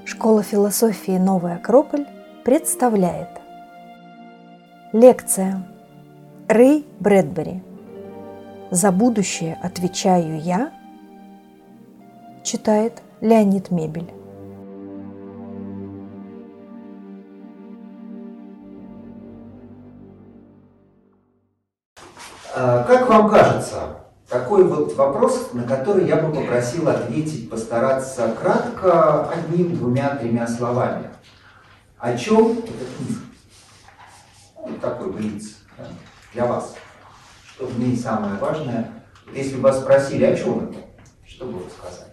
Школа философии «Новый Акрополь» представляет лекция Рэй Брэдбери «За будущее отвечаю я», читает Леонид Мебель. Как вам кажется, такой вот вопрос, на который я бы попросил ответить, постараться кратко, одним, двумя, тремя словами. О чем этот мир? Вот такой блиц, да, для вас. Что в ней самое важное? Вот если бы вас спросили, о чем это, что бы вы сказали?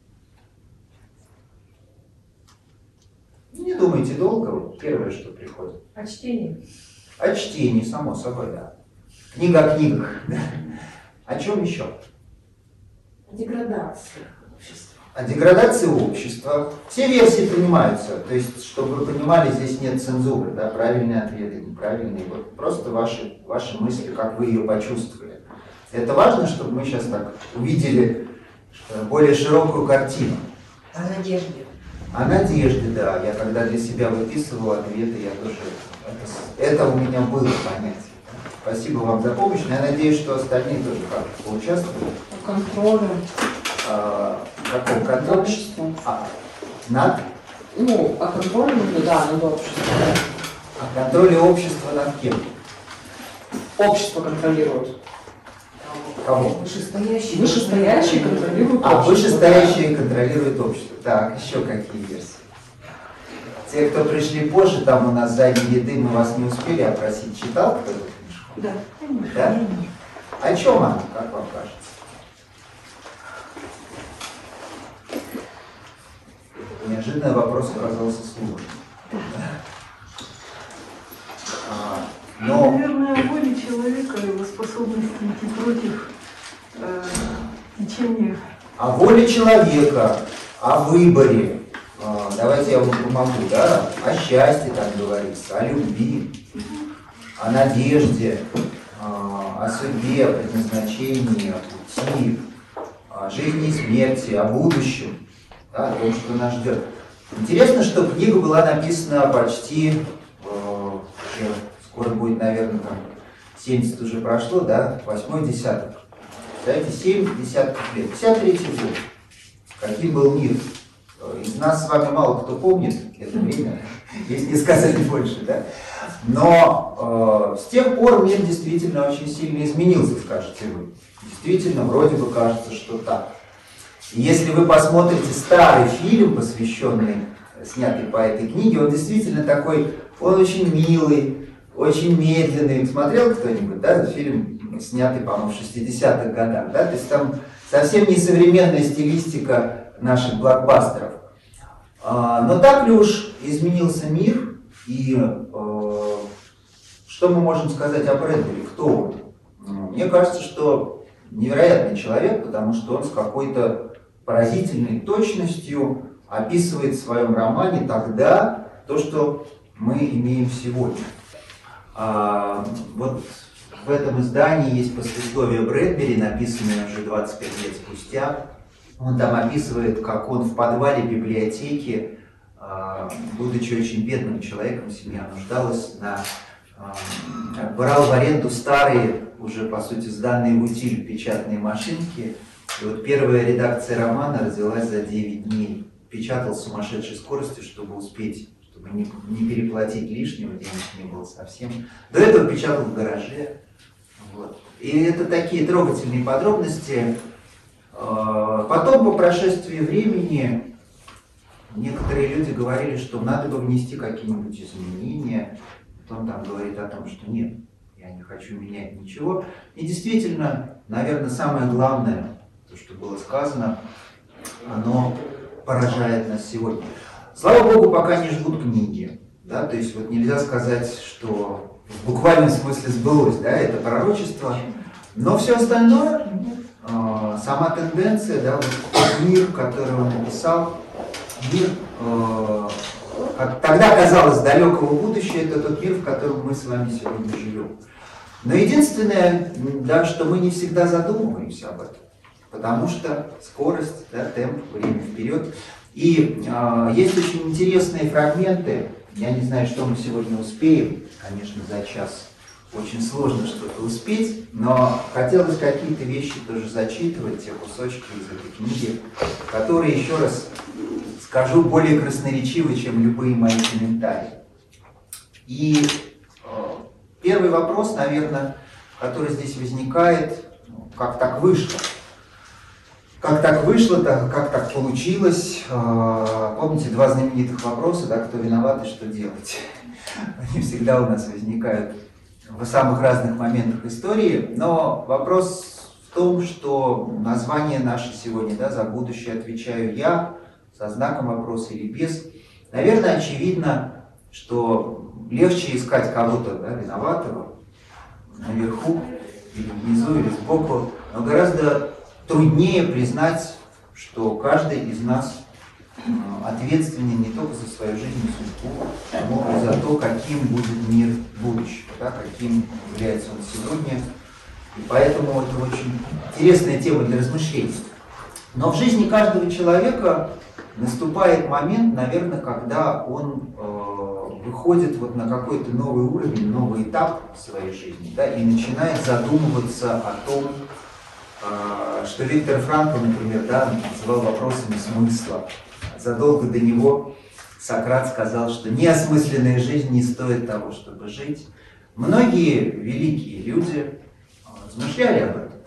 Не думайте долго, вот первое, что приходит. О чтении. О чтении, само собой, да. Книга о книгах. О чем еще? О деградации общества. О деградации общества. Все версии принимаются. То есть, чтобы вы понимали, здесь нет цензуры, да, правильные ответы, неправильные. Вот просто ваши мысли, как вы ее почувствовали. Это важно, чтобы мы сейчас так увидели более широкую картину. О надежде. О надежде, да. Я когда для себя выписывал ответы, я тоже... Это у меня было понятие. Спасибо вам за помощь. Но я надеюсь, что остальные тоже как-то поучаствуют. О контроле. Каком контроле? Обществом. Над? Ну, о контроле, да, над обществом. О контроле общества над кем? Общество контролирует. Кого? Вышестоящие контролируют общество. Вышестоящие контролируют общество. Так, еще какие версии? Те, кто пришли позже, там у нас задние ряды, мы вас не успели опросить. Читал кто-то книжку? Да, конечно. Да? О чем она, как вам кажется? Неожиданный вопрос оказался сложным. Но... Наверное, о воле человека, его способности идти против течения. О воле человека, о выборе. Давайте я вам помогу, да? О счастье, там говорится, о любви, о надежде, о судьбе, о предназначении, о пути, о жизни и смерти, о будущем, да, о том, что нас ждет. Интересно, что книга была написана почти, скоро будет, наверное, там 70 уже прошло, да, 8-й десяток. Представляете, 7 десятков лет, 53-й год. Каким был мир? Из нас с вами мало кто помнит это время, если не сказать больше, да? Но с тех пор мир действительно очень сильно изменился, скажете вы. Действительно, вроде бы кажется, что так. И если вы посмотрите старый фильм, посвященный, снятый по этой книге, он действительно такой, он очень милый, очень медленный. Смотрел кто-нибудь, да, фильм, снятый, по-моему, в 60-х годах, да? То есть там совсем не современная стилистика наших блокбастеров. Но так ли уж изменился мир, и что мы можем сказать о Брэдбери, кто он? Мне кажется, что невероятный человек, потому что он с какой-то поразительной точностью описывает в своем романе тогда то, что мы имеем сегодня. Вот в этом издании есть послесловие Брэдбери, написанное уже 25 лет спустя. Он там описывает, как он в подвале библиотеки, будучи очень бедным человеком, семья нуждалась, брал в аренду старые, уже по сути сданные в утиль печатные машинки. И вот первая редакция романа родилась за 9 дней. Печатал с сумасшедшей скоростью, чтобы успеть, чтобы не переплатить лишнего, денег не было совсем. До этого печатал в гараже. Вот. И это такие трогательные подробности. Потом, по прошествии времени, некоторые люди говорили, что надо бы внести какие-нибудь изменения. Он там говорит о том, что нет, я не хочу менять ничего. И действительно, наверное, самое главное, то, что было сказано, оно поражает нас сегодня. Слава Богу, пока не жгут книги. Да? То есть вот нельзя сказать, что в буквальном смысле сбылось, да, это пророчество. Но все остальное... Сама тенденция, да, вот мир, который он написал, мир, тогда казалось далекого будущего, это тот мир, в котором мы с вами сегодня живем. Но единственное, да, что мы не всегда задумываемся об этом, потому что скорость, да, темп, время вперед. И есть очень интересные фрагменты. Я не знаю, что мы сегодня успеем. Конечно, за час очень сложно что-то успеть, но хотелось какие-то вещи тоже зачитывать, те кусочки из этой книги, которые, еще раз скажу, более красноречивы, чем любые мои комментарии. И первый вопрос, наверное, который здесь возникает, как так вышло? Как так вышло, как так получилось? Помните, два знаменитых вопроса, да, кто виноват и что делать? Они всегда у нас возникают в самых разных моментах истории, но вопрос в том, что название наше сегодня, да, «За будущее отвечаю я», со знаком вопроса или без. Наверное, очевидно, что легче искать кого-то, да, виноватого наверху, или внизу, или сбоку, но гораздо труднее признать, что каждый из нас ответственен не только за свою жизнь и судьбу, но и за то, каким будет мир будущего, да, каким является он сегодня. И поэтому это очень интересная тема для размышлений. Но в жизни каждого человека наступает момент, наверное, когда он выходит вот на какой-то новый уровень, новый этап в своей жизни, да, и начинает задумываться о том, что Виктор Франкл, например, да, называл вопросами смысла. Задолго до него Сократ сказал, что неосмысленная жизнь не стоит того, чтобы жить. Многие великие люди размышляли об этом.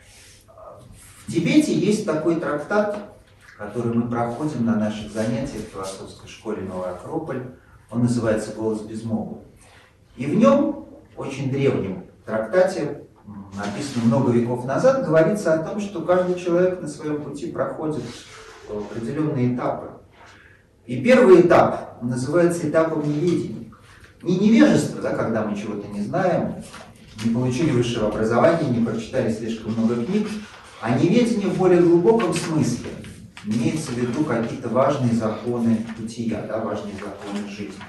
В Тибете есть такой трактат, который мы проходим на наших занятиях в философской школе «Новый Акрополь». Он называется «Голос безмолвия». И в нем, очень древнем трактате, написано много веков назад, говорится о том, что каждый человек на своем пути проходит определенные этапы. И первый этап называется этапом неведения. Не невежество, да, когда мы чего-то не знаем, не получили высшего образования, не прочитали слишком много книг, а неведение в более глубоком смысле. Имеется в виду какие-то важные законы бытия, да, важные законы жизни.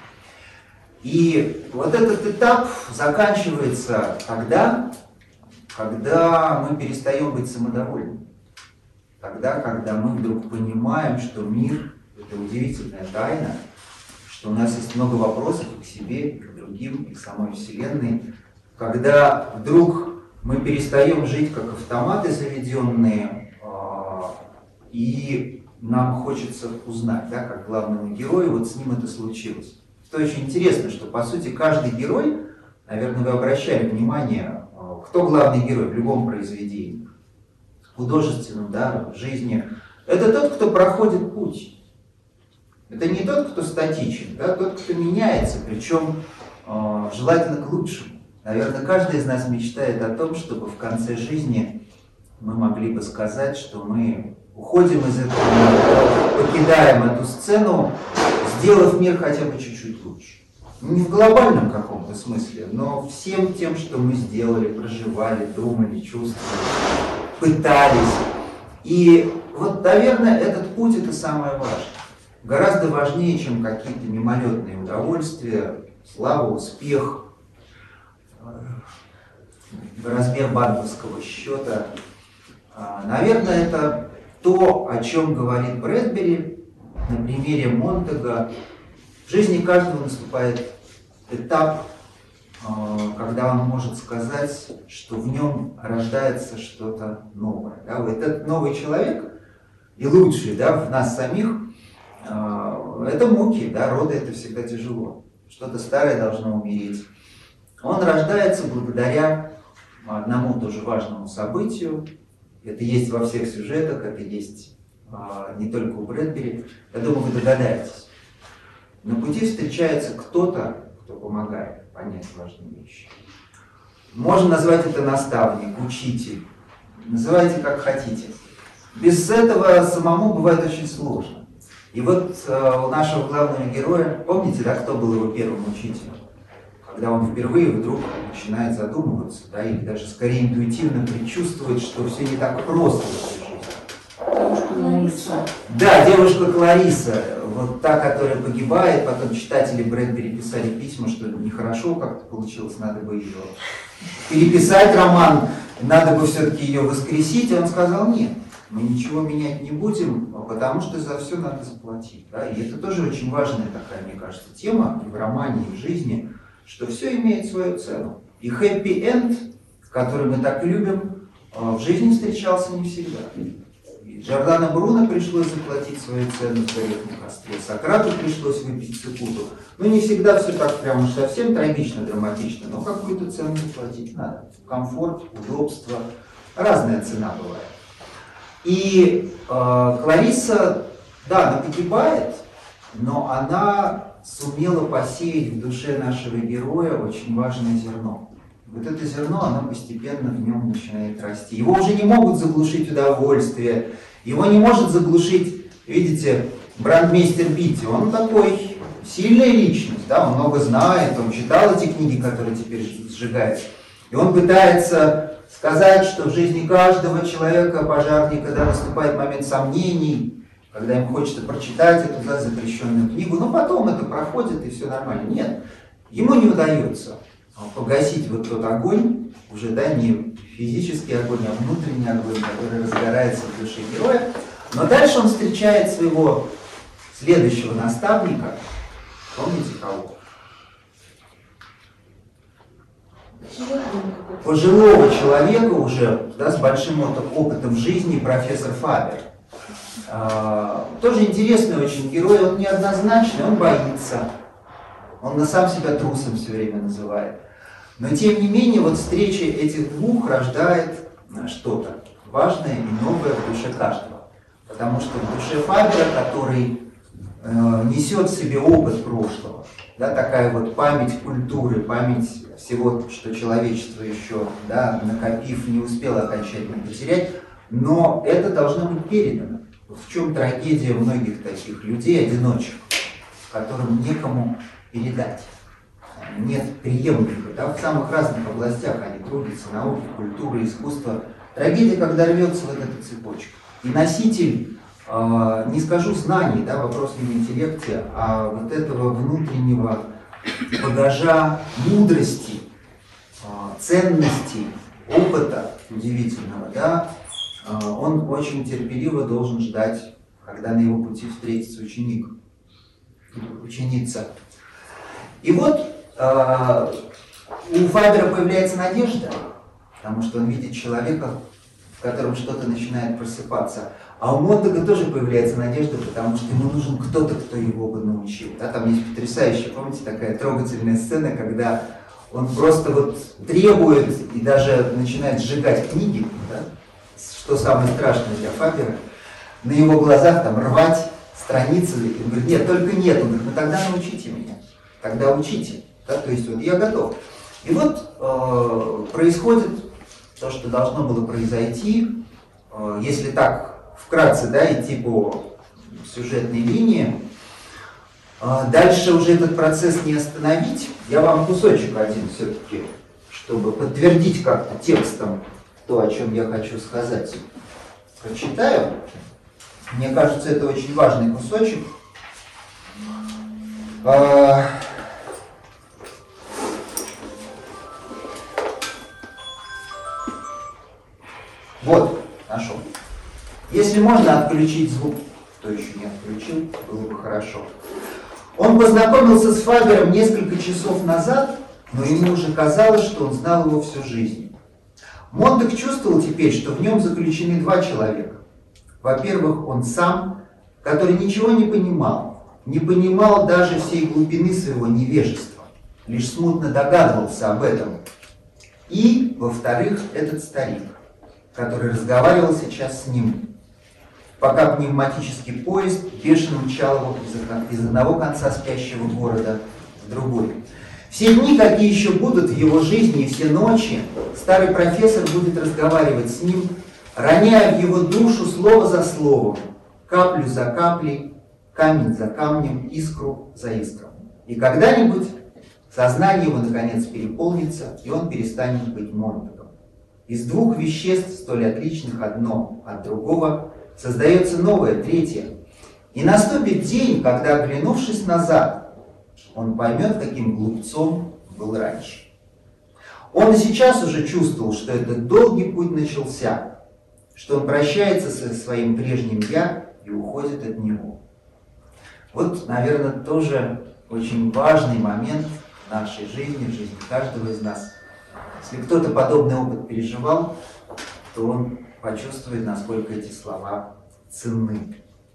И вот этот этап заканчивается тогда, когда мы перестаем быть самодовольными. Тогда, когда мы вдруг понимаем, что мир — это удивительная тайна, что у нас есть много вопросов и к себе, и к другим, и к самой Вселенной. Когда вдруг мы перестаем жить как автоматы заведенные, и нам хочется узнать, да, как главному герою, вот с ним это случилось. Это очень интересно, что, по сути, каждый герой, наверное, вы обращали внимание, кто главный герой в любом произведении, художественном, да, в жизни, это тот, кто проходит путь. Это не тот, кто статичен, да, тот, кто меняется, причем желательно к лучшему. Наверное, каждый из нас мечтает о том, чтобы в конце жизни мы могли бы сказать, что мы уходим из этого мира, покидаем эту сцену, сделав мир хотя бы чуть-чуть лучше. Не в глобальном каком-то смысле, но всем тем, что мы сделали, проживали, думали, чувствовали, пытались. И вот, наверное, этот путь — это самое важное. Гораздо важнее, чем какие-то мимолетные удовольствия, слава, успех, размер банковского счета. Наверное, это то, о чем говорит Брэдбери на примере Монтега. В жизни каждого наступает этап, когда он может сказать, что в нем рождается что-то новое. Да? Вот этот новый человек и лучший, да, в нас самих, это муки, да? Роды — это всегда тяжело. Что-то старое должно умереть. Он рождается благодаря одному тоже важному событию. Это есть во всех сюжетах, это есть не только у Брэдбери. Я думаю, вы догадаетесь. На пути встречается кто-то, кто помогает понять важные вещи. Можно назвать это наставник, учитель. Называйте как хотите. Без этого самому бывает очень сложно. И вот у нашего главного героя, помните, да, кто был его первым учителем? Когда он впервые вдруг начинает задумываться, да, или даже скорее интуитивно предчувствовать, что все не так просто в этой жизни. Девушка на улице. Да, девушка Клариса, вот та, которая погибает, потом читатели Брэдбери писали письма, что нехорошо как-то получилось, надо бы ее переписать роман, надо бы все-таки ее воскресить, и он сказал нет. мы ничего менять не будем, потому что за все надо заплатить. Да? И это тоже очень важная такая, мне кажется, тема и в романе, и в жизни, что все имеет свою цену. И хэппи-энд, который мы так любим, в жизни встречался не всегда. И Джордано Бруно пришлось заплатить свою цену в горелом костре, Сократу пришлось выпить цикуту. Ну, не всегда все так прям уж совсем трагично, драматично, но какую-то цену заплатить надо. Комфорт, удобство, разная цена бывает. И Кларисса, да, она погибает, но она сумела посеять в душе нашего героя очень важное зерно. Вот это зерно, оно постепенно в нем начинает расти. Его уже не могут заглушить удовольствие, его не может заглушить, видите, брандмейстер Битти. Он такой сильная личность, да, он много знает, он читал эти книги, которые теперь сжигаются. И он пытается сказать, что в жизни каждого человека, пожарника, когда наступает момент сомнений, когда им хочется прочитать эту запрещенную книгу, но потом это проходит и все нормально. Нет, ему не удается погасить вот тот огонь, уже да, не физический огонь, а внутренний огонь, который разгорается в душе героя. Но дальше он встречает своего следующего наставника, помните кого? Пожилого человека уже, да, с большим опытом жизни, профессор Фабер. Тоже интересный очень герой, он неоднозначный, он боится, он сам себя трусом все время называет. Но тем не менее, вот встреча этих двух рождает что-то важное и новое в душе каждого. Потому что в душе Фабера, который несет в себе опыт прошлого, да, такая вот память культуры, память всего, что человечество еще, да, накопив, не успело окончательно потерять, но это должно быть передано. Вот в чем трагедия многих таких людей, одиночек, которым некому передать. Нет преемников, да, в самых разных областях они трудятся, науки, культуры, искусство. Трагедия, когда рвется вот эта цепочка. И носитель, не скажу знаний, да, вопрос не в интеллекте, а вот этого внутреннего багажа мудрости, ценностей, опыта удивительного, да, он очень терпеливо должен ждать, когда на его пути встретится ученик, ученица. И вот у Фабера появляется надежда, потому что он видит человека, в котором что-то начинает просыпаться. А у Монтага тоже появляется надежда, потому что ему нужен кто-то, кто его бы научил. Да, там есть потрясающая, помните, такая трогательная сцена, когда он просто вот требует и даже начинает сжигать книги, да, что самое страшное для Фабера, на его глазах там рвать страницы. Он говорит, нет, только нет. Он говорит, ну тогда научите меня, тогда учите. Да, то есть вот я готов. И вот происходит то, что должно было произойти, если так вкратце, да, идти по сюжетной линии. Дальше уже этот процесс не остановить. Я вам кусочек один все-таки, чтобы подтвердить как-то текстом то, о чем я хочу сказать, прочитаю. Мне кажется, это очень важный кусочек. Вот, нашел. Если можно отключить звук, кто еще не отключил, было бы хорошо. Он познакомился с Фабером несколько часов назад, но ему уже казалось, что он знал его всю жизнь. Монтаг чувствовал теперь, что в нем заключены два человека. Во-первых, он сам, который ничего не понимал даже всей глубины своего невежества, лишь смутно догадывался об этом. И, во-вторых, этот старик, который разговаривал сейчас с ним, пока пневматический поезд бешено мчал его из одного конца спящего города в другой. Все дни, какие еще будут в его жизни, и все ночи, старый профессор будет разговаривать с ним, роняя в его душу слово за словом, каплю за каплей, камень за камнем, искру за искром. И когда-нибудь сознание его наконец переполнится, и он перестанет быть Монтагом. Из двух веществ, столь отличных одно от другого, создается новое, третье. И наступит день, когда, оглянувшись назад, он поймет, каким глупцом был раньше. Он и сейчас уже чувствовал, что этот долгий путь начался, что он прощается со своим прежним «я» и уходит от него. Вот, наверное, тоже очень важный момент в нашей жизни, в жизни каждого из нас. Если кто-то подобный опыт переживал, то он почувствует, насколько эти слова ценны.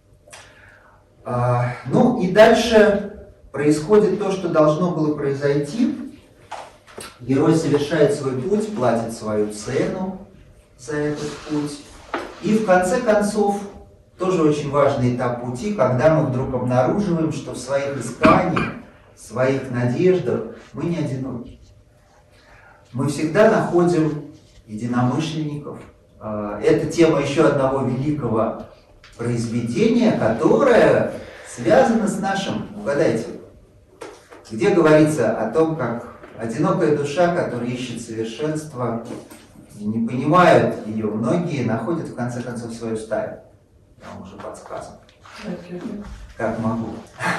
Ну и дальше происходит то, что должно было произойти. Герой совершает свой путь, платит свою цену за этот путь. И в конце концов, тоже очень важный этап пути, когда мы вдруг обнаруживаем, что в своих исканиях, в своих надеждах мы не одиноки. Мы всегда находим единомышленников. Это тема еще одного великого произведения, которое связано с нашим, угадайте, где говорится о том, как одинокая душа, которая ищет совершенства, не понимают ее, многие находят в конце концов свою стаю. Я вам уже подсказываю. Как могу.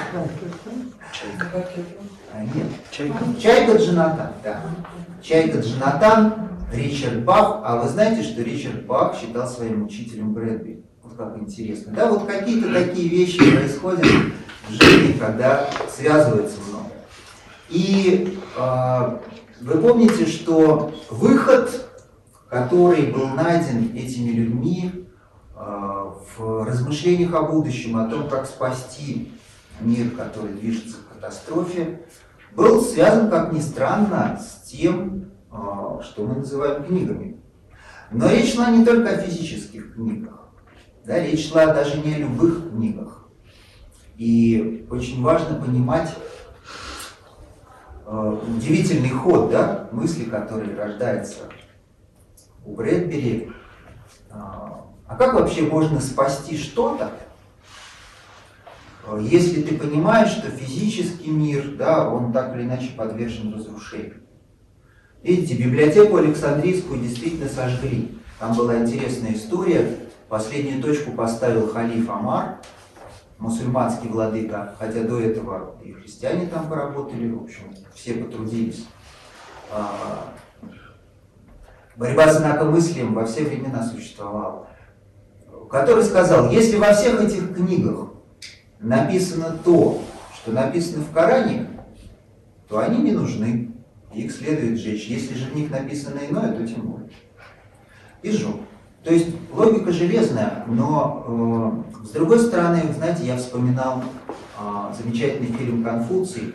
Нет. Чайка Джонатан, да. Чайка Джонатан, Ричард Бах. А вы знаете, что Ричард Бах считал своим учителем Брэдбери? Вот как интересно. Да, вот какие-то такие вещи происходят в жизни, когда связывается много. И вы помните, что выход, который был найден этими людьми в размышлениях о будущем, о том, как спасти мир, который движется к катастрофе, был связан, как ни странно, с тем, что мы называем книгами. Но речь шла не только о физических книгах, да, речь шла даже не о любых книгах. И очень важно понимать удивительный ход, да, мысли, который рождается у Брэдбери. А как вообще можно спасти что-то, если ты понимаешь, что физический мир, да, он так или иначе подвержен разрушению? Видите, библиотеку Александрийскую действительно сожгли. Там была интересная история. Последнюю точку поставил халиф Омар, мусульманский владыка, хотя до этого и христиане там поработали, в общем, все потрудились. Борьба с инакомыслием во все времена существовала. Который сказал, если во всех этих книгах написано то, что написано в Коране, то они не нужны, их следует сжечь. Если же в них написано иное, то тем более. И сжег. То есть логика железная, но с другой стороны, знаете, я вспоминал замечательный фильм «Конфуций»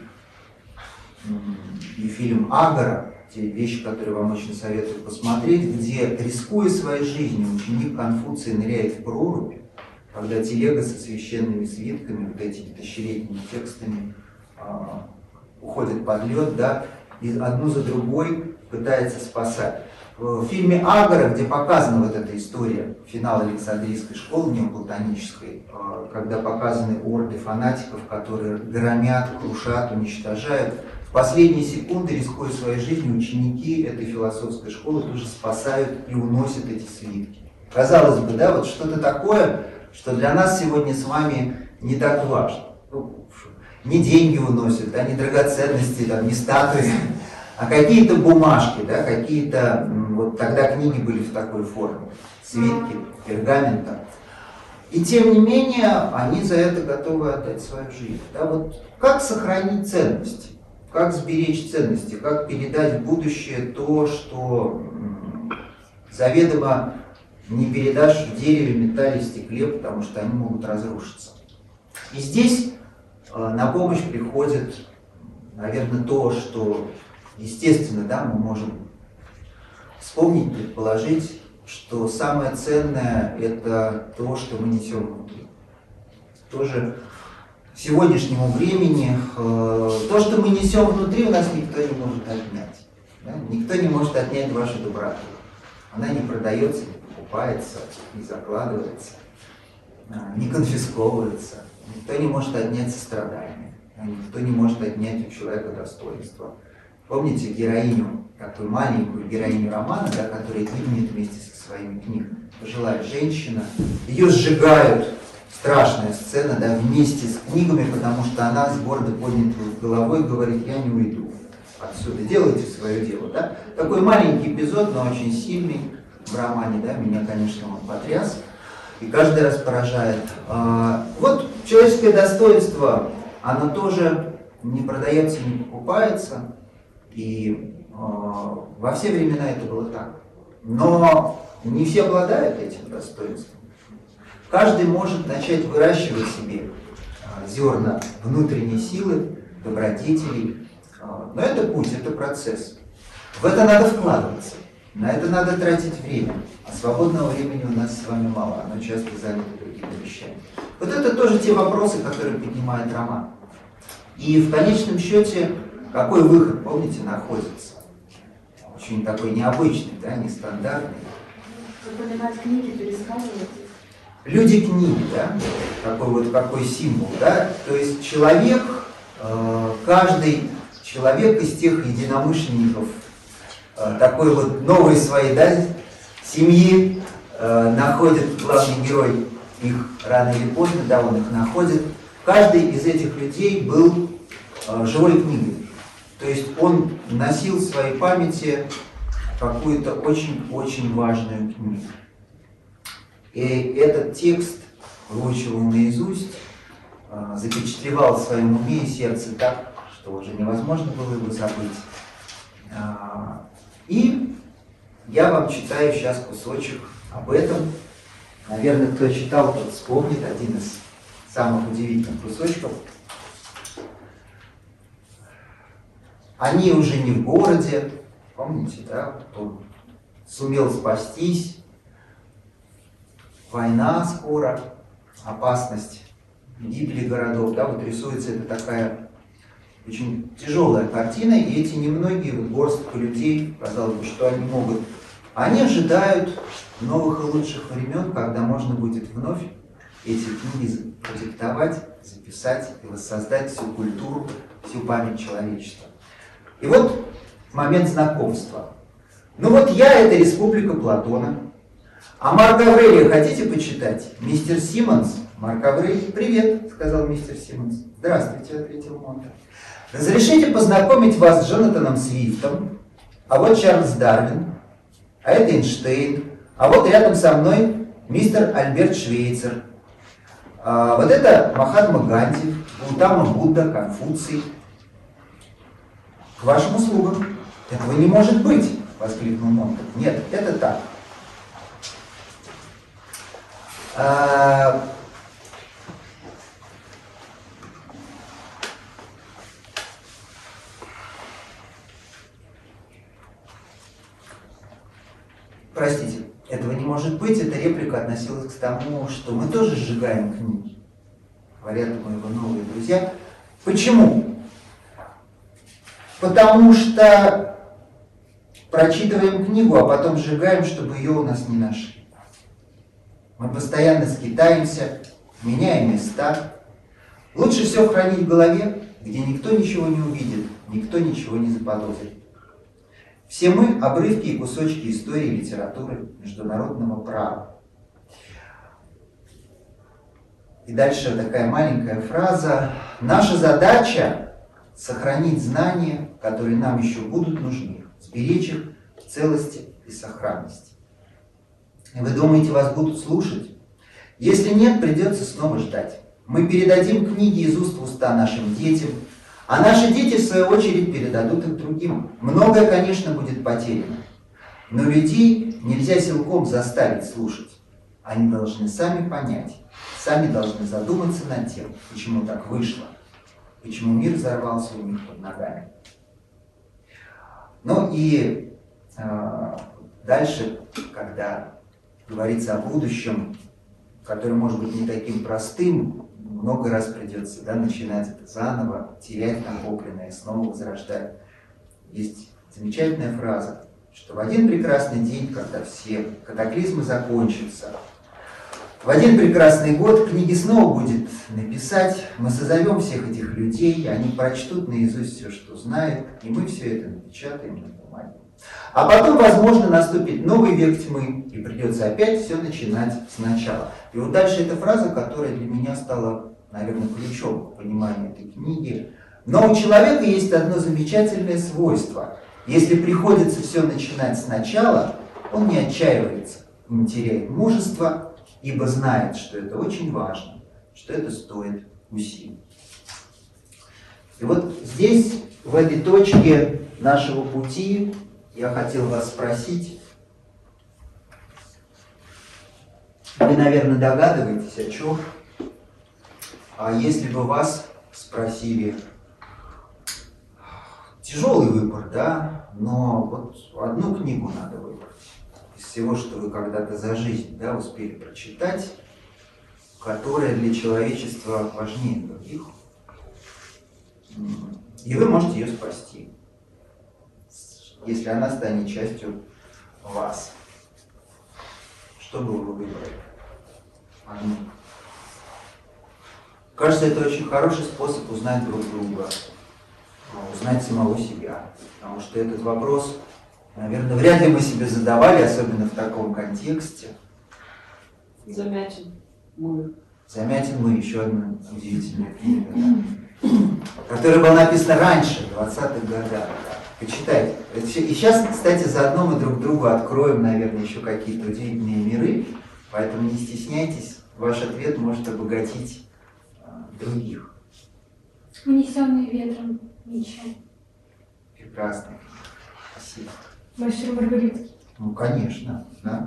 и фильм «Агора», те вещи, которые вам очень советую посмотреть, где, рискуя своей жизнью, ученик Конфуция ныряет в прорубь, когда телега со священными свитками, вот этими тысячелетними текстами уходит под лед, да, и одну за другой пытается спасать. В фильме «Агора», где показана вот эта история, финал Александрийской школы неоплатонической, когда показаны орды фанатиков, которые громят, крушат, уничтожают, в последние секунды, рискуя своей жизнью, ученики этой философской школы тоже спасают и уносят эти свитки. Казалось бы, да, вот что-то такое, что для нас сегодня с вами не так важно. Ну, не деньги уносят, да, не драгоценности, там, не статуи, а какие-то бумажки, да, какие-то, вот тогда книги были в такой форме, свитки, пергамента. И тем не менее, они за это готовы отдать свою жизнь. Да, вот как сохранить ценности? Как сберечь ценности, как передать в будущее то, что заведомо не передашь в дереве, металле, стекле, потому что они могут разрушиться. И здесь на помощь приходит, наверное, то, что, естественно, да, мы можем вспомнить, предположить, что самое ценное – это то, что мы несем внутри. Тоже сегодняшнему времени то, что мы несем внутри, у нас никто не может отнять. Да? Никто не может отнять вашу доброту. Она не продается, не покупается, не закладывается, не конфисковывается. Никто не может отнять сострадание. Никто не может отнять у человека достоинство. Помните героиню, такую маленькую героиню романа, да, которая гибнет вместе со своими книгами? Пожилая женщина. Ее сжигают. Страшная сцена, да, вместе с книгами, потому что она с гордо поднятой головой говорит: я не уйду отсюда, делайте свое дело. Да? Такой маленький эпизод, но очень сильный. в романе, да, меня, конечно, он потряс и каждый раз поражает. Вот человеческое достоинство, оно тоже не продается, не покупается, и во все времена это было так. Но не все обладают этим достоинством. Каждый может начать выращивать себе зерна внутренней силы, добродетелей. Но это путь, это процесс. В это надо вкладываться, на это надо тратить время. А свободного времени у нас с вами мало, оно часто занято другими вещами. Вот это тоже те вопросы, которые поднимает роман. И в конечном счете, какой выход, помните, находится? Очень такой необычный, да, нестандартный. Запоминать книги, пересказывать. Люди книги, да, какой символ, да, то есть человек, каждый человек из тех единомышленников, такой вот новой своей, да, семьи, находит главный герой их рано или поздно, да, он их находит. Каждый из этих людей был живой книгой, то есть он носил в своей памяти какую-то очень-очень важную книгу. И этот текст выучил наизусть, запечатлевал в своем уме и сердце так, что уже невозможно было его забыть. И я вам читаю сейчас кусочек об этом. Наверное, кто читал, тот вспомнит один из самых удивительных кусочков. Они уже не в городе, помните, да? Он сумел спастись. Война скоро, опасность гибели городов, да, вот рисуется это такая очень тяжелая картина, и эти немногие, вот горстка людей, казалось бы, что они могут, они ожидают новых и лучших времен, когда можно будет вновь эти книги продиктовать, записать и воссоздать всю культуру, всю память человечества. И вот момент знакомства. Ну вот я — это республика Платона. А Марка Аврелия хотите почитать? Мистер Симмонс. Марк Аврелий. «Привет», — сказал мистер Симмонс. «Здравствуйте», — ответил Монтер. «Разрешите познакомить вас с Джонатаном Свифтом, а вот Чарльз Дарвин, а это Эйнштейн, а вот рядом со мной мистер Альберт Швейцер, вот это Махатма Ганди, Гаутама Будда, Конфуций. К вашим услугам». «Этого не может быть», — воскликнул Монтер. «Нет, это так». Простите, этого не может быть. Эта реплика относилась к тому, что мы тоже сжигаем книги. Говорят мои новые друзья. Почему? Потому что прочитываем книгу, а потом сжигаем, чтобы ее у нас не нашли. Мы постоянно скитаемся, меняем места. Лучше все хранить в голове, где никто ничего не увидит, никто ничего не заподозрит. Все мы — обрывки и кусочки истории, литературы, международного права. И дальше такая маленькая фраза. Наша задача — сохранить знания, которые нам еще будут нужны, сберечь их в целости и сохранности. И вы думаете, вас будут слушать? Если нет, придется снова ждать. Мы передадим книги из уст в уста нашим детям, а наши дети, в свою очередь, передадут их другим. Многое, конечно, будет потеряно. Но людей нельзя силком заставить слушать. Они должны сами понять, сами должны задуматься над тем, почему так вышло, почему мир взорвался у них под ногами. Ну и дальше, когда говорится о будущем, которое может быть не таким простым, много раз придется, да, начинать это заново, терять накопленное, снова возрождать. Есть замечательная фраза, что в один прекрасный день, когда все катаклизмы закончатся, в один прекрасный год книги снова будет написать, мы созовем всех этих людей, они прочтут наизусть все, что знают, и мы все это напечатаем на бумаге. А потом, возможно, наступит новый век тьмы, и придется опять все начинать сначала. И вот дальше эта фраза, которая для меня стала, наверное, ключом к пониманию этой книги. Но у человека есть одно замечательное свойство. Если приходится все начинать сначала, Он не отчаивается, не теряет мужества, ибо знает, что это очень важно, что это стоит усилий. И вот здесь, в этой точке нашего пути, я хотел вас спросить, вы, наверное, догадываетесь, о чем? А если бы вас спросили, тяжелый выбор, да, но вот одну книгу надо выбрать из всего, что вы когда-то за жизнь, да, успели прочитать, которая для человечества важнее других, и вы можете ее спасти, если она станет частью вас. Что бы вы выбрали? Одну. Кажется, это очень хороший способ узнать друг друга, узнать самого себя. Потому что этот вопрос, наверное, вряд ли мы себе задавали, особенно в таком контексте. Замятин мы. «Замятин мы» — еще одна удивительная книга, да, которая была написана раньше, в 20-х годах. Почитайте. И сейчас, кстати, заодно мы друг другу откроем, наверное, еще какие-то удивительные миры, поэтому не стесняйтесь, ваш ответ может обогатить других. Унесенные ветром ничем. Прекрасно. Спасибо. Мастер и Маргарита. Ну, конечно, да.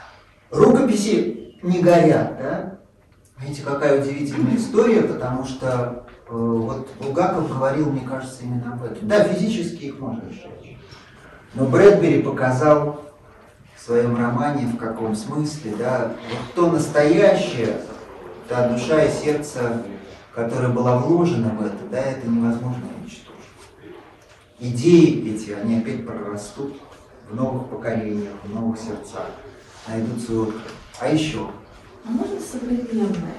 Рукописи не горят, да? Видите, какая удивительная история, потому что вот Булгаков говорил, мне кажется, именно об этом. Да, физически их можно сжечь. Но Брэдбери показал в своем романе, в каком смысле, да, вот то настоящее, та душа и сердце, которая была вложена в это, да, это невозможно уничтожить. Идеи эти, они опять прорастут в новых поколениях, в новых сердцах, найдут свой отклик. А еще? А можно современное?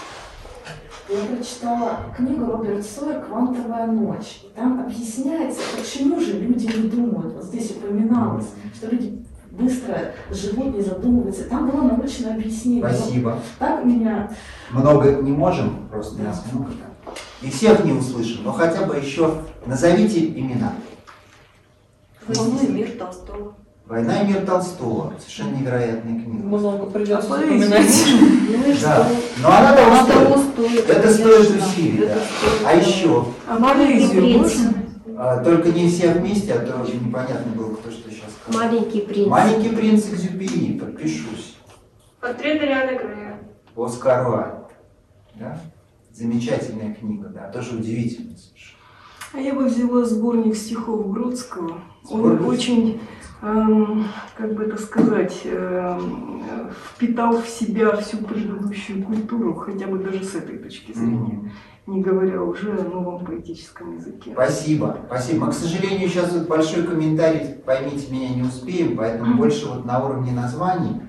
Я прочитала книгу Роберта Сойера «Квантовая ночь». И там объясняется, почему же люди не думают. Вот здесь упоминалось, что люди быстро живут, не задумываются. Там было научное объяснение. Спасибо. Так меня... Много не можем, просто нас много. Да? И всех не услышим, но хотя бы еще назовите имена. «Война и мир» Толстого. «Война и мир» Толстого. Совершенно невероятная книга. Много придется А запоминать. Ну и Да, что? но она того Она того стоит. стоит, Это конечно. стоит усилий, да. Это стоит, А да. еще, А Малайзию можно? только не все вместе, а то очень непонятно было, кто что сейчас сказал. Маленький принц. «Маленький принц» Экзюпери, подпишусь. Портрет Арианы Грея. Оскар Уайльд. Да? Замечательная книга, да, тоже удивительная совершенно. А я бы взяла сборник стихов Бродского. Он Сборник? очень, как бы это сказать, впитал в себя всю предыдущую культуру, хотя бы даже с этой точки зрения, не говоря уже о новом поэтическом языке. Спасибо, спасибо. Мы, к сожалению, сейчас вот большой комментарий, поймите меня, не успеем, поэтому больше вот на уровне названий.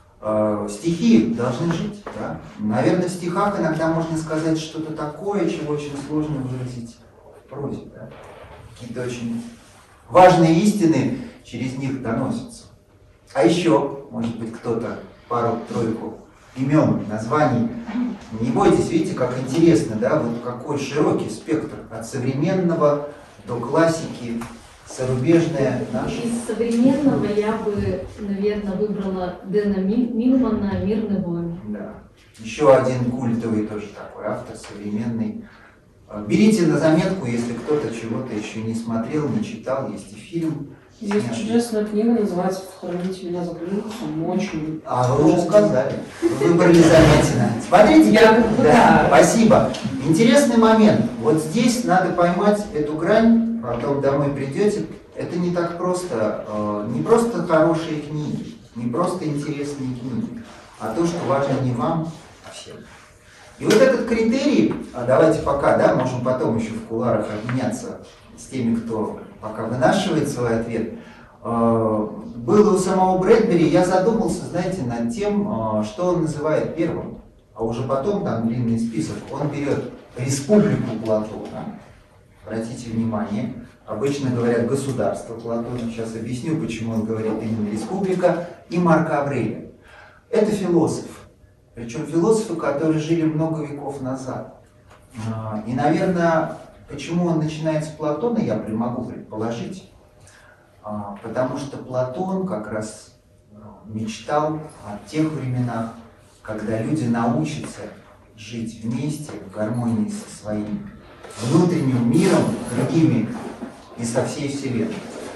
Стихи должны жить, да? Наверное, в стихах иногда можно сказать что-то такое, чего очень сложно выразить в прозе, да? Какие-то очень важные истины через них доносятся. А еще, может быть, кто-то пару-тройку имен, названий. Не бойтесь, видите, как интересно, да, вот какой широкий спектр от современного до классики, зарубежная наша. Из современного я бы, наверное, выбрала Дэна Милмана «Мирный войн». Да. Еще один культовый тоже такой автор, современный. Берите на заметку, если кто-то чего-то еще не смотрел, не читал, есть и фильм. Есть чудесная книга, называется «Похороните меня за Плинтусом». Очень. А вы уже сказали. Вы выбрали Замятина. Смотрите, да, спасибо. Интересный момент. Вот здесь надо поймать эту грань, потом домой придете. Это не так просто. Не просто хорошие книги, не просто интересные книги, а то, что важно не вам, а всем. И вот этот критерий, давайте пока, да, можем потом еще в кулуарах обменяться с теми, кто пока вынашивает свой ответ. Было у самого Брэдбери, я задумался, знаете, над тем, что он называет первым, а уже потом, там длинный список, он берет «Республику Платона», обратите внимание, обычно говорят «государство Платона», сейчас объясню, почему он говорит именно «республика», и Марка Аврелия. Это философ, причем философы, которые жили много веков назад. И, наверное, почему он начинает с Платона, я могу предположить, потому что Платон как раз мечтал о тех временах, когда люди научатся жить вместе в гармонии со своим внутренним миром, другими и со всей Вселенной.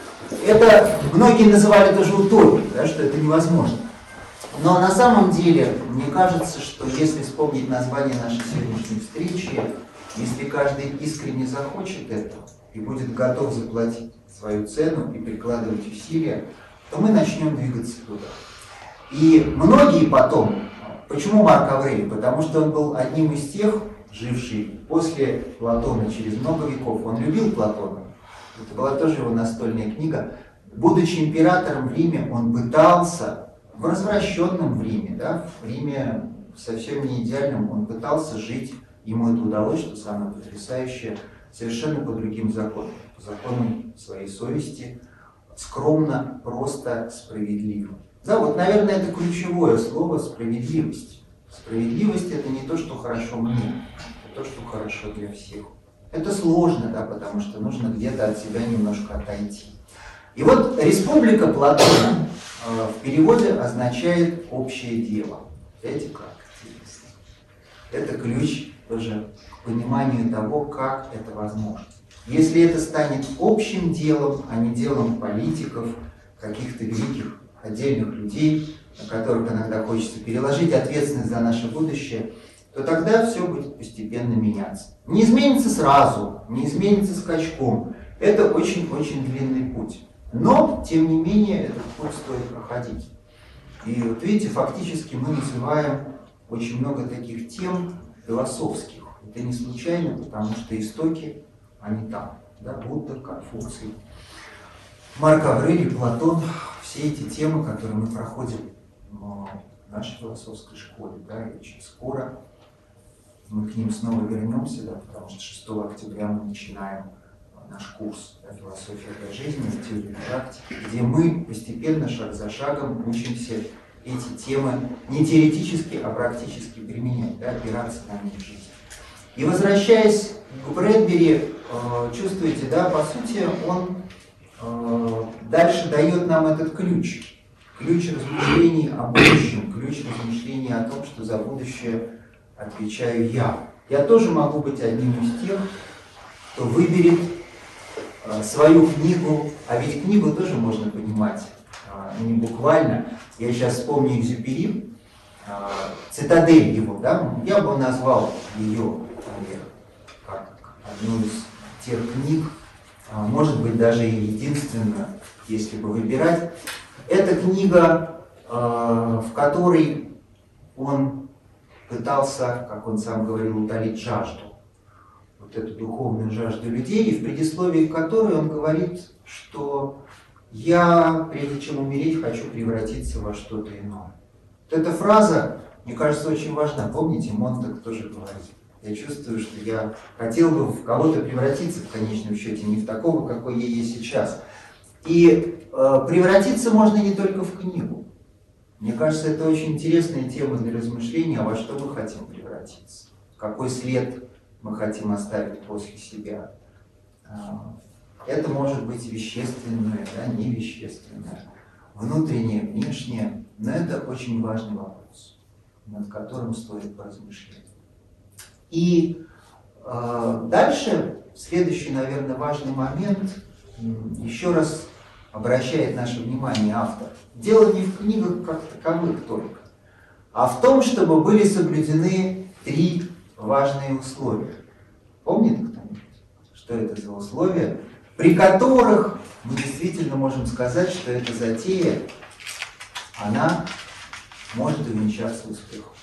Это многие называли тоже утопией, да, что это невозможно. Но на самом деле, мне кажется, что если вспомнить название нашей сегодняшней встречи, если каждый искренне захочет этого и будет готов заплатить свою цену и прикладывать усилия, то мы начнем двигаться туда. И многие потом, почему Марк Аврелий? Потому что он был одним из тех, живший после Платона через много веков. Он любил Платона. Это была тоже его настольная книга. Будучи императором в Риме, он пытался, в развращенном Риме, да, в Риме совсем не идеальном, он пытался жить, ему это удалось, что самое потрясающее, совершенно по другим законам, по законам своей совести, скромно, просто, справедливо. Да, вот, наверное, это ключевое слово — справедливость. Справедливость — это не то, что хорошо мне, это то, что хорошо для всех. Это сложно, да, потому что нужно где-то от себя немножко отойти. И вот республика Платона в переводе означает общее дело. Видите, как интересно. Это ключ тоже к пониманию того, как это возможно. Если это станет общим делом, а не делом политиков, каких-то великих отдельных людей, на которых иногда хочется переложить ответственность за наше будущее, то тогда все будет постепенно меняться. Не изменится сразу, не изменится скачком. Это очень-очень длинный путь. Но, тем не менее, этот путь стоит проходить. И вот видите, фактически мы называем очень много таких тем философских. Это не случайно, потому что истоки, они там. Да, Будда, Конфуций, Марк Аврелий, Платон. Все эти темы, которые мы проходим в нашей философской школе, да, и очень скоро мы к ним снова вернемся, да, потому что 6 октября мы начинаем наш курс, да, «Философия для жизни», теория практики, где мы постепенно, шаг за шагом учимся эти темы не теоретически, а практически применять, да, опираться на них в жизни. И возвращаясь к Брэдбери, чувствуете, да, по сути, он дальше дает нам этот ключ. Ключ размышлений о будущем, ключ размышлений о том, что за будущее отвечаю я. Я тоже могу быть одним из тех, кто выберет свою книгу, а ведь книгу тоже можно понимать не буквально. Я сейчас вспомню Экзюпери, «Цитадель» его, да? Я бы назвал ее, наверное, как одну из тех книг, может быть, даже и единственную, если бы выбирать. Это книга, в которой он пытался, как он сам говорил, утолить жажду. Вот эту духовную жажду людей, и в предисловии к которой он говорит, что я, прежде чем умереть, хочу превратиться во что-то иное. Вот эта фраза, мне кажется, очень важна. Помните, Монтак тоже говорит: я чувствую, что я хотел бы в кого-то превратиться в конечном счете, не в такого, какой я есть сейчас. И превратиться можно не только в книгу. Мне кажется, это очень интересная тема для размышления, а во что мы хотим превратиться, какой след мы хотим оставить после себя. Это может быть вещественное, да, невещественное, внутреннее, внешнее, но это очень важный вопрос, над которым стоит поразмышлять. И дальше, следующий, наверное, важный момент, еще раз обращает наше внимание автор. Дело не в книгах как таковых только, а в том, чтобы были соблюдены 3 важные условия. Помнит кто-нибудь, что это за условия, при которых мы действительно можем сказать, что эта затея, она может увенчаться успехом.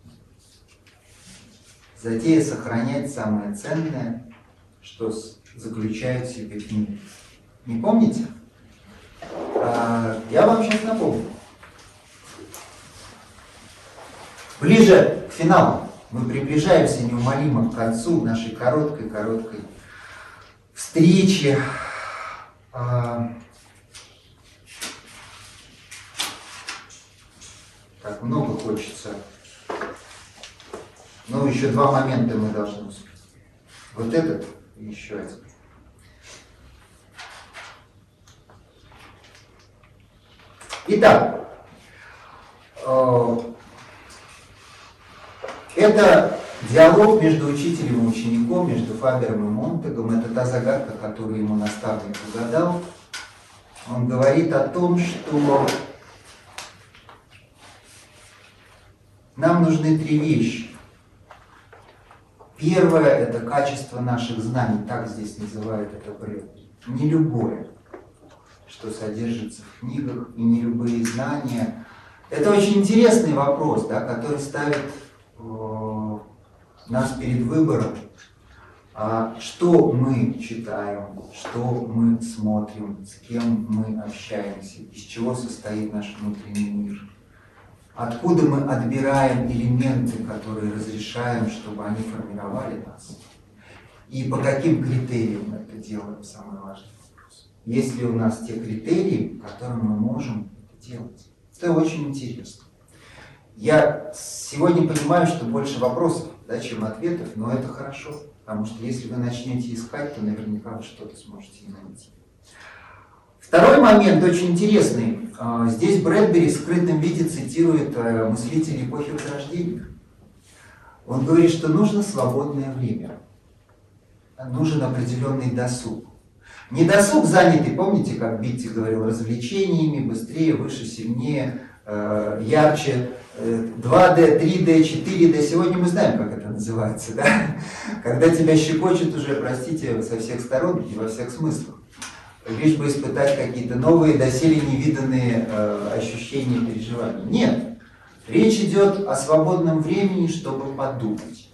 Затея сохранять самое ценное, что заключает в себе книга. Не помните? Я вам сейчас напомню. Ближе к финалу мы приближаемся неумолимо к концу нашей короткой встречи. Так много хочется. Но еще 2 момента мы должны успеть. Вот этот и еще один. Итак, Это диалог между учителем и учеником, между Фабером и Монтегом. Это та загадка, которую ему наставник загадал. Он говорит о том, что нам нужны три вещи. Первое – это качество наших знаний, так здесь называют это Брэдбери. Не любое, что содержится в книгах, и не любые знания. Это очень интересный вопрос, да, который ставит нас перед выбором, что мы читаем, что мы смотрим, с кем мы общаемся, из чего состоит наш внутренний мир. Откуда мы отбираем элементы, которые разрешаем, чтобы они формировали нас. И по каким критериям мы это делаем, самый важный вопрос. Есть ли у нас те критерии, по которым мы можем это делать? Это очень интересно. Я сегодня понимаю, что больше вопросов, да, чем ответов, но это хорошо, потому что если вы начнете искать, то наверняка вы что-то сможете найти. Второй момент очень интересный. Здесь Брэдбери в скрытом виде цитирует мыслителей эпохи Возрождения. Он говорит, что нужно свободное время, нужен определенный досуг. Не досуг занятый, помните, как Битти говорил, развлечениями, быстрее, выше, сильнее, ярче, 2D, 3D, 4D. Сегодня мы знаем, как это называется, да? Когда тебя щекочет уже, простите, со всех сторон и во всех смыслах. Лишь бы испытать какие-то новые, доселе невиданные ощущения, переживания. Нет. Речь идет о свободном времени, чтобы подумать.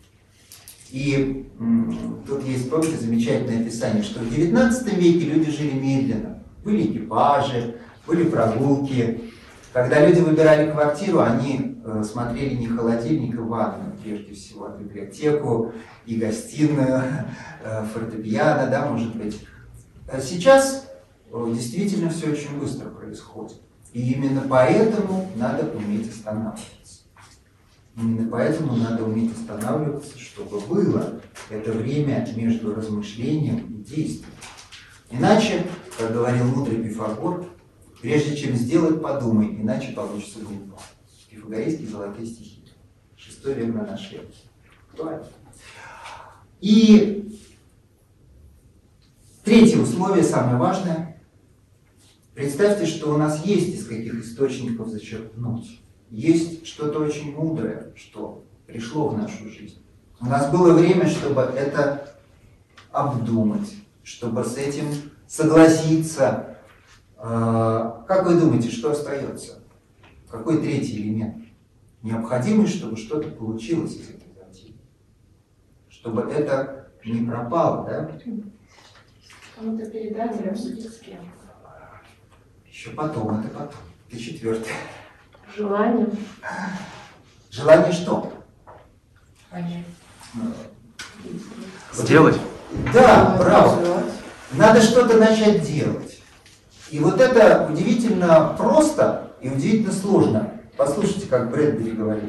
И тут есть, помните, замечательное описание, что в XIX веке люди жили медленно. Были экипажи, были прогулки. Когда люди выбирали квартиру, они смотрели не холодильник и ванную, прежде всего, а библиотеку и гостиную, фортепиано, да, может быть. Сейчас действительно все очень быстро происходит. И именно поэтому надо уметь останавливаться. Именно поэтому надо уметь останавливаться, чтобы было это время между размышлением и действием. Иначе, как говорил мудрый Пифагор, прежде чем сделать, подумай, иначе получится глупо. Пифагорейские золотые стихи. 6 век на нашей эре. Актуально. И третье условие, самое важное. Представьте, что у нас есть из каких источников зачерпнуть. Есть что-то очень мудрое, что пришло в нашу жизнь. У нас было время, чтобы это обдумать, чтобы с этим согласиться. Как вы думаете, что остается? Какой третий элемент? Необходимый, чтобы что-то получилось из этой затеи. Чтобы это не пропало, да? Кому-то передать или обсудить с кем? Еще потом, это потом. Это четвертое. Желание. Желание что? Понять. Сделать? Да, правда. Надо что-то начать делать. И вот это удивительно просто и удивительно сложно. Послушайте, как Брэдбери говорит.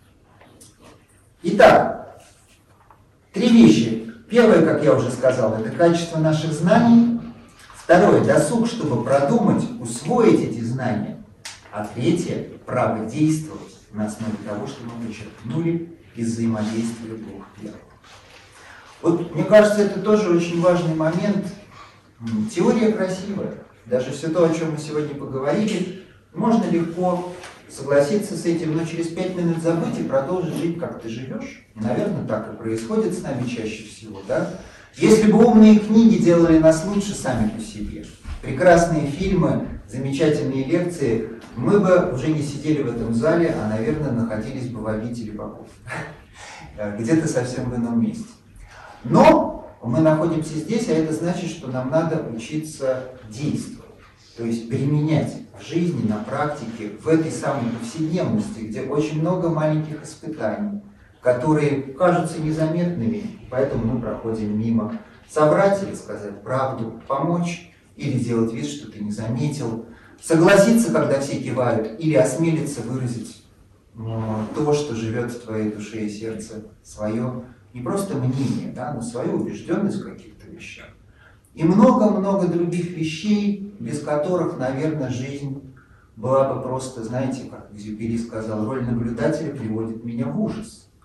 Итак, три вещи. Первое, как я уже сказал, это качество наших знаний. Второе, досуг, чтобы продумать, усвоить эти знания. А третье, право действовать на основе того, что мы почерпнули из взаимодействия двух первых. Вот, мне кажется, это тоже очень важный момент. Теория красивая. Даже все то, о чем мы сегодня поговорили, можно легко согласиться с этим, но через 5 минут забыть и продолжить жить, как ты живешь. И, наверное, так и происходит с нами чаще всего, да? Если бы умные книги делали нас лучше сами по себе, прекрасные фильмы, замечательные лекции, мы бы уже не сидели в этом зале, а, наверное, находились бы в обители богов. Где-то совсем в ином месте. Но мы находимся здесь, а это значит, что нам надо учиться действовать. То есть применять в жизни, на практике, в этой самой повседневности, где очень много маленьких испытаний, которые кажутся незаметными, поэтому мы проходим мимо. Соврать или сказать правду, помочь или сделать вид, что ты не заметил, согласиться, когда все кивают, или осмелиться выразить то, что живет в твоей душе и сердце, свое, не просто мнение, да, но свою убежденность в каких-то вещах. И много-много других вещей, без которых, наверное, жизнь была бы просто, знаете, как Экзюпери сказал, роль наблюдателя приводит меня в ужас.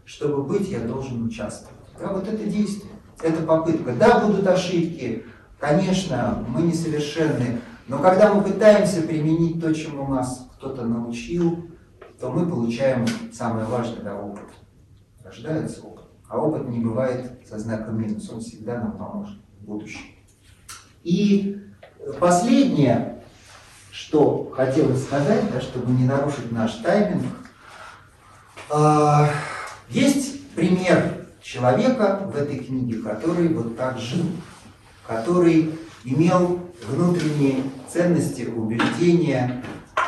чтобы быть, я должен участвовать. Да, вот это действие, это попытка. Да, будут ошибки, конечно, мы несовершенны, но когда мы пытаемся применить то, чему нас кто-то научил, то мы получаем самое важное, да, опыт. Рождается опыт. А опыт не бывает со знаком минус, он всегда нам поможет в будущем. И последнее, что хотелось сказать, да, чтобы не нарушить наш тайминг, есть пример человека в этой книге, который вот так жил, который имел внутренние ценности, убеждения,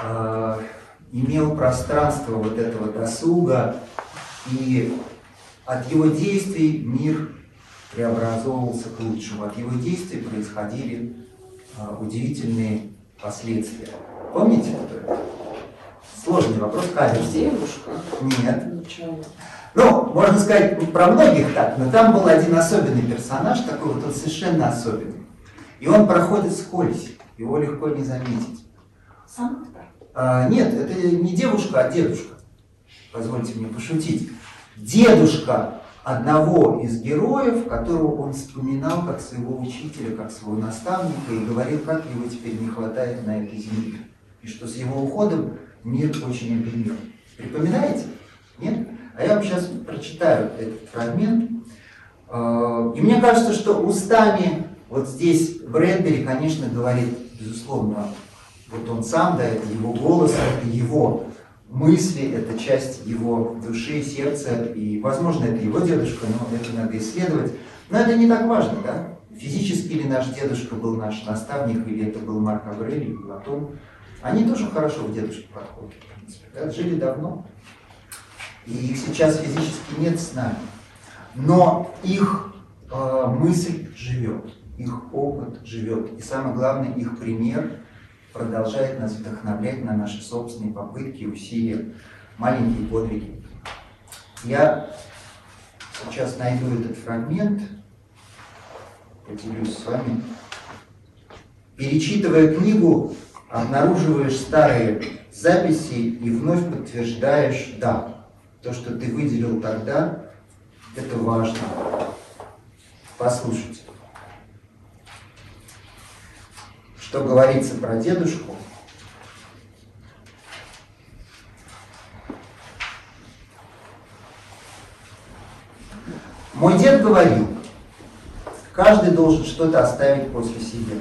имел пространство вот этого досуга, и от его действий мир преобразовывался к лучшему, от его действий происходили удивительные последствия. Помните, кто это? Сложный вопрос, кажется. Девушка? Нет. Ничего. Ну, можно сказать про многих так, но там был один особенный персонаж, такой вот он совершенно особенный. И он проходит вскользь, его легко не заметить. Сам автор? Нет, это не девушка, а дедушка. Позвольте мне пошутить. Дедушка одного из героев, которого он вспоминал как своего учителя, как своего наставника, и говорил, как его теперь не хватает на этой земле. И что с его уходом мир очень обеднел. Припоминаете? Нет? А я вам сейчас прочитаю этот фрагмент. И мне кажется, что устами вот здесь Брэдбери, конечно, говорит, безусловно, вот он сам, да, это его голос, это его мысли, это часть его души, сердца, и, возможно, это его дедушка, но это надо исследовать. Но это не так важно, да? Физически ли наш дедушка был наш наставник, или это был Марк Аврелий, или Платон. Они тоже хорошо в дедушке подходят, в принципе, да? Жили давно. И их сейчас физически нет с нами. Но их мысль живет, их опыт живет. И самое главное, их пример продолжает нас вдохновлять на наши собственные попытки, усилия, маленькие подвиги. Я сейчас найду этот фрагмент, поделюсь с вами. Перечитывая книгу, обнаруживаешь старые записи и вновь подтверждаешь, да, то, что ты выделил тогда, это важно. Послушайте. Что говорится про дедушку? Мой дед говорил, каждый должен что-то оставить после себя.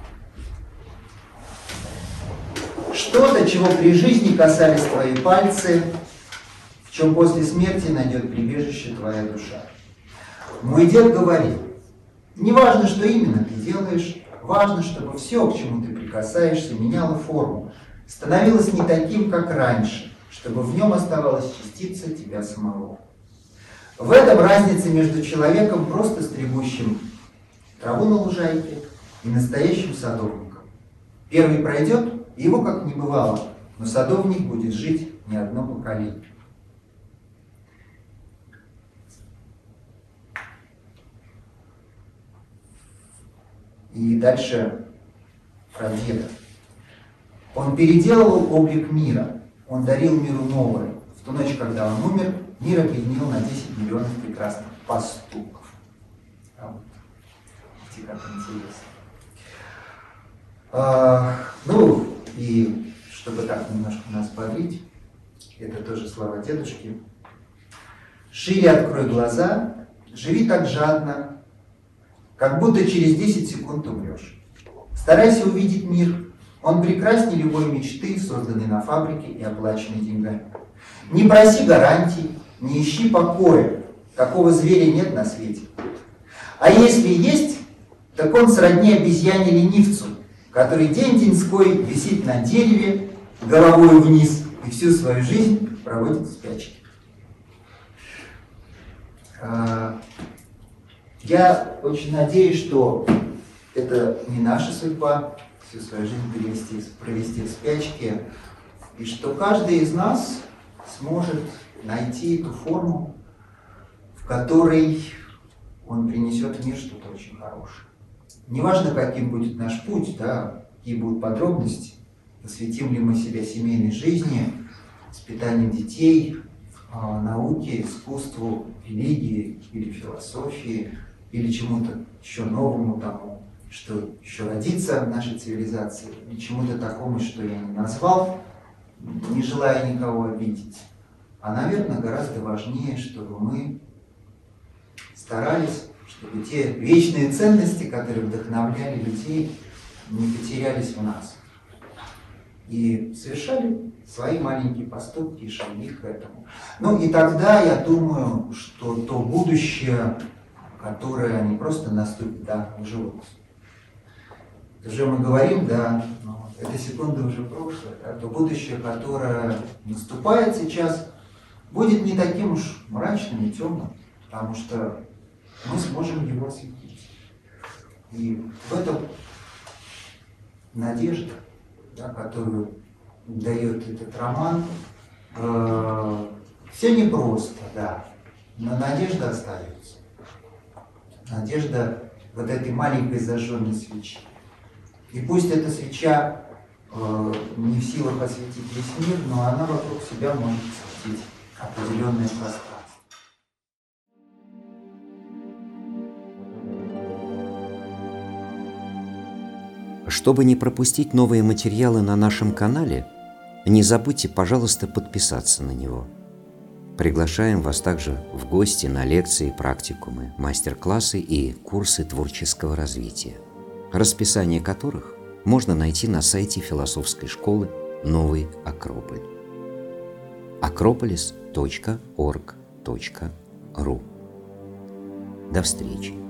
Что-то, чего при жизни касались твои пальцы, в чем после смерти найдет прибежище твоя душа. Мой дед говорил, не важно, что именно ты делаешь, важно, чтобы все, к чему ты прикасаешься, меняло форму, становилось не таким, как раньше, чтобы в нем оставалась частица тебя самого. В этом разница между человеком, просто стригущим траву на лужайке, и настоящим садовником. Первый пройдет, и его как не бывало, но садовник будет жить не одно поколение. И дальше про деда. Он переделывал облик мира, он дарил миру новое. В ту ночь, когда он умер, мир объединил на 10 миллионов прекрасных поступков. А вот, видите, как интересно. Ну, и чтобы так немножко нас бодрить, это тоже слова дедушки. Шире открой глаза, живи так жадно, как будто через 10 секунд умрешь. Старайся увидеть мир. Он прекраснее любой мечты, созданной на фабрике и оплаченной деньгами. Не проси гарантий, не ищи покоя. Такого зверя нет на свете. А если есть, так он сродни обезьяне-ленивцу, который день-деньской висит на дереве, головой вниз, и всю свою жизнь проводит в спячке. Я очень надеюсь, что это не наша судьба всю свою жизнь провести в спячке, и что каждый из нас сможет найти эту форму, в которой он принесет в мир что-то очень хорошее. Неважно, каким будет наш путь, да, какие будут подробности, посвятим ли мы себя семейной жизни, воспитанию детей, науке, искусству, религии или философии, или чему-то еще новому тому, что еще родится в нашей цивилизации, и чему-то такому, что я не назвал, не желая никого обидеть. А, наверное, гораздо важнее, чтобы мы старались, чтобы те вечные ценности, которые вдохновляли людей, не потерялись в нас. И совершали свои маленькие поступки и шаги к этому. Ну и тогда я думаю, что то будущее, которое не просто наступит, да, уже вот. Уже мы говорим, да, но эта секунда уже прошлое, да, то будущее, которое наступает сейчас, будет не таким уж мрачным и темным, потому что мы сможем его осветить. И в этом надежда, да, которую дает этот роман, все непросто, да, но надежда остается. Надежда вот этой маленькой зажженной свечи. И пусть эта свеча не в силах осветить весь мир, но она вокруг себя может осветить определенное пространство. Чтобы не пропустить новые материалы на нашем канале, не забудьте, пожалуйста, подписаться на него. Приглашаем вас также в гости на лекции, практикумы, мастер-классы и курсы творческого развития, расписание которых можно найти на сайте философской школы «Новый Акрополь» acropolis.org.ru. До встречи!